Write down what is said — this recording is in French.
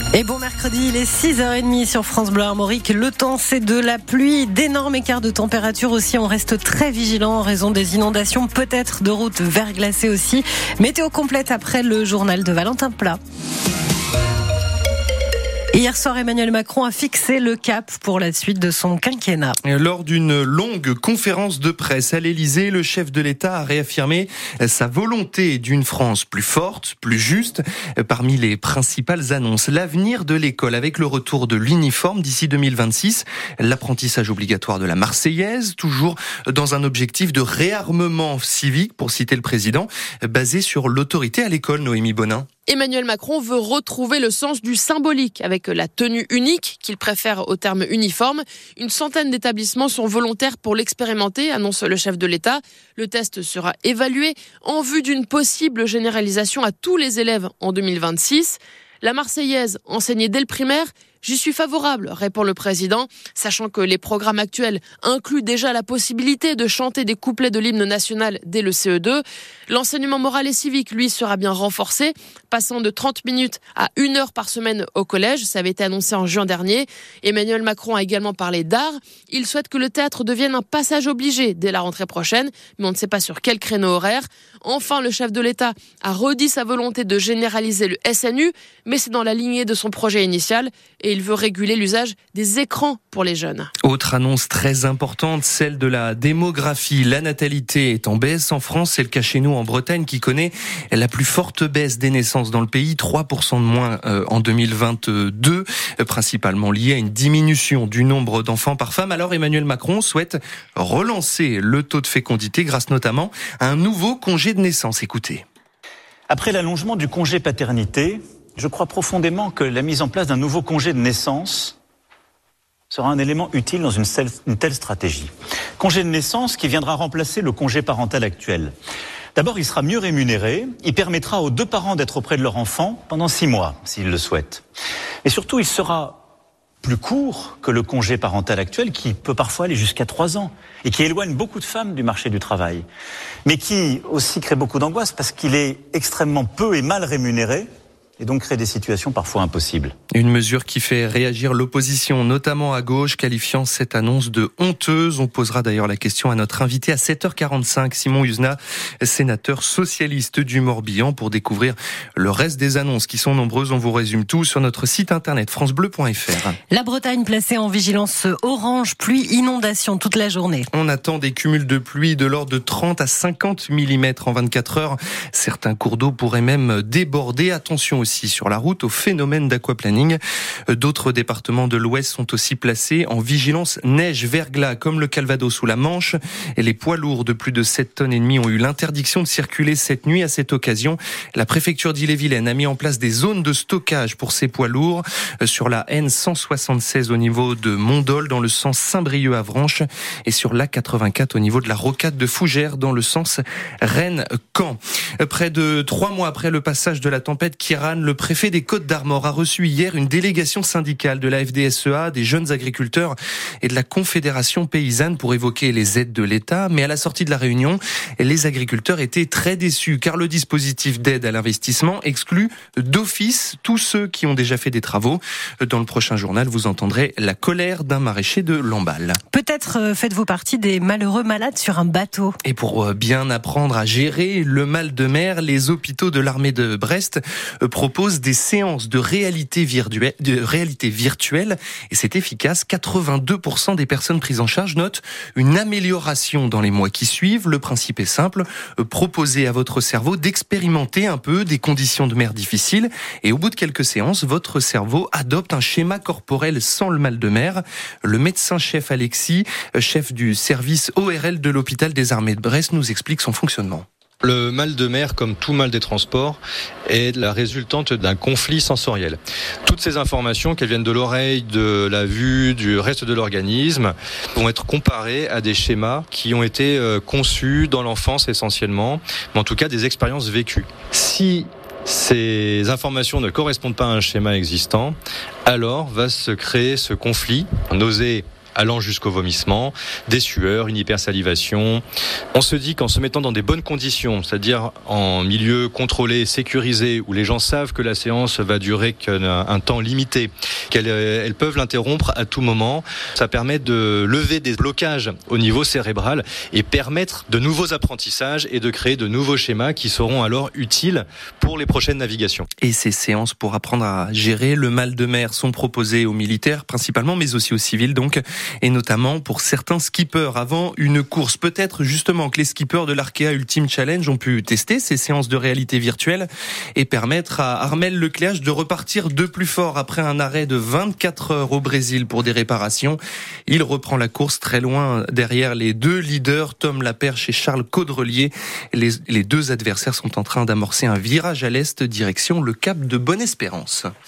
Et bon mercredi, il est 6h30 sur France Bleu Armorique. Le temps, c'est de la pluie, d'énormes écarts de température aussi. On reste très vigilant en raison des inondations, peut-être de routes verglacées aussi. Météo complète après le journal de Valentin Plat. Hier soir, Emmanuel Macron a fixé le cap pour la suite de son quinquennat. Lors d'une longue conférence de presse à l'Élysée, le chef de l'État a réaffirmé sa volonté d'une France plus forte, plus juste. Parmi les principales annonces, l'avenir de l'école avec le retour de l'uniforme d'ici 2026, l'apprentissage obligatoire de la Marseillaise, toujours dans un objectif de réarmement civique, pour citer le président, basé sur l'autorité à l'école, Noémie Bonin. Emmanuel Macron veut retrouver le sens du symbolique avec la tenue unique qu'il préfère au terme uniforme. Une centaine d'établissements sont volontaires pour l'expérimenter, annonce le chef de l'État. Le test sera évalué en vue d'une possible généralisation à tous les élèves en 2026. La Marseillaise, enseignée dès le primaire, j'y suis favorable, répond le président, sachant que les programmes actuels incluent déjà la possibilité de chanter des couplets de l'hymne national dès le CE2. L'enseignement moral et civique, lui, sera bien renforcé, passant de 30 minutes à 1 heure par semaine au collège. Ça avait été annoncé en juin dernier. Emmanuel Macron a également parlé d'art. Il souhaite que le théâtre devienne un passage obligé dès la rentrée prochaine, mais on ne sait pas sur quel créneau horaire. Enfin, le chef de l'État a redit sa volonté de généraliser le SNU, mais c'est dans la lignée de son projet initial et il veut réguler l'usage des écrans pour les jeunes. Autre annonce très importante, celle de la démographie. La natalité est en baisse en France, c'est le cas chez nous en Bretagne qui connaît la plus forte baisse des naissances dans le pays, 3% de moins en 2022, principalement liée à une diminution du nombre d'enfants par femme. Alors Emmanuel Macron souhaite relancer le taux de fécondité grâce notamment à un nouveau congé de naissance. Écoutez. Après l'allongement du congé paternité, je crois profondément que la mise en place d'un nouveau congé de naissance sera un élément utile dans une telle stratégie. Congé de naissance qui viendra remplacer le congé parental actuel. D'abord, il sera mieux rémunéré, il permettra aux deux parents d'être auprès de leur enfant pendant 6 mois, s'ils le souhaitent. Et surtout, il sera plus court que le congé parental actuel qui peut parfois aller jusqu'à 3 ans et qui éloigne beaucoup de femmes du marché du travail, mais qui aussi crée beaucoup d'angoisse parce qu'il est extrêmement peu et mal rémunéré et donc crée des situations parfois impossibles. Une mesure qui fait réagir l'opposition, notamment à gauche, qualifiant cette annonce de honteuse. On posera d'ailleurs la question à notre invité à 7h45, Simon Huznat, sénateur socialiste du Morbihan, pour découvrir le reste des annonces qui sont nombreuses. On vous résume tout sur notre site internet francebleu.fr. La Bretagne placée en vigilance orange, pluie, inondation toute la journée. On attend des cumuls de pluie de l'ordre de 30 à 50 mm en 24 heures. Certains cours d'eau pourraient même déborder. Attention aussi sur la route au phénomène d'aquaplaning. D'autres départements de l'Ouest sont aussi placés en vigilance neige-verglas, comme le Calvados ou la Manche. Et les poids lourds de plus de 7 tonnes et demie ont eu l'interdiction de circuler cette nuit. À cette occasion, la préfecture d'Ille-et-Vilaine a mis en place des zones de stockage pour ces poids lourds sur la N176 au niveau de Mondol dans le sens Saint-Brieuc-Avranches et sur l'A84 au niveau de la rocade de Fougères dans le sens Rennes-Caen. Près de 3 mois après le passage de la tempête Kiran, le préfet des Côtes-d'Armor a reçu hier une délégation syndicale de la FDSEA, des jeunes agriculteurs et de la Confédération paysanne pour évoquer les aides de l'État. Mais à la sortie de la réunion, les agriculteurs étaient très déçus car le dispositif d'aide à l'investissement exclut d'office tous ceux qui ont déjà fait des travaux. Dans le prochain journal, vous entendrez la colère d'un maraîcher de Lamballe. Peut-être faites-vous partie des malheureux malades sur un bateau. Et pour bien apprendre à gérer le mal de mer, les hôpitaux de l'armée de Brest propose des séances de réalité virtuelle et c'est efficace. 82% des personnes prises en charge notent une amélioration dans les mois qui suivent. Le principe est simple, proposer à votre cerveau d'expérimenter un peu des conditions de mer difficiles et au bout de quelques séances, votre cerveau adopte un schéma corporel sans le mal de mer. Le médecin-chef Alexis, chef du service ORL de l'hôpital des armées de Brest, nous explique son fonctionnement. Le mal de mer, comme tout mal des transports, est la résultante d'un conflit sensoriel. Toutes ces informations, qu'elles viennent de l'oreille, de la vue, du reste de l'organisme, vont être comparées à des schémas qui ont été conçus dans l'enfance essentiellement, mais en tout cas des expériences vécues. Si ces informations ne correspondent pas à un schéma existant, alors va se créer ce conflit, nausée allant jusqu'au vomissement, des sueurs, une hypersalivation. On se dit qu'en se mettant dans des bonnes conditions, c'est-à-dire en milieu contrôlé, sécurisé, où les gens savent que la séance va durer qu'un temps limité, qu'elles peuvent l'interrompre à tout moment, ça permet de lever des blocages au niveau cérébral et permettre de nouveaux apprentissages et de créer de nouveaux schémas qui seront alors utiles pour les prochaines navigations. Et ces séances pour apprendre à gérer le mal de mer sont proposées aux militaires principalement, mais aussi aux civils donc, et notamment pour certains skippers avant une course. Peut-être justement que les skippers de l'Arkea Ultimate Challenge ont pu tester ces séances de réalité virtuelle et permettre à Armel Lecléache de repartir de plus fort après un arrêt de 24 heures au Brésil pour des réparations. Il reprend la course très loin derrière les deux leaders, Tom Laperche et Charles Caudrelier. Les deux adversaires sont en train d'amorcer un virage à l'est direction le cap de Bonne-Espérance.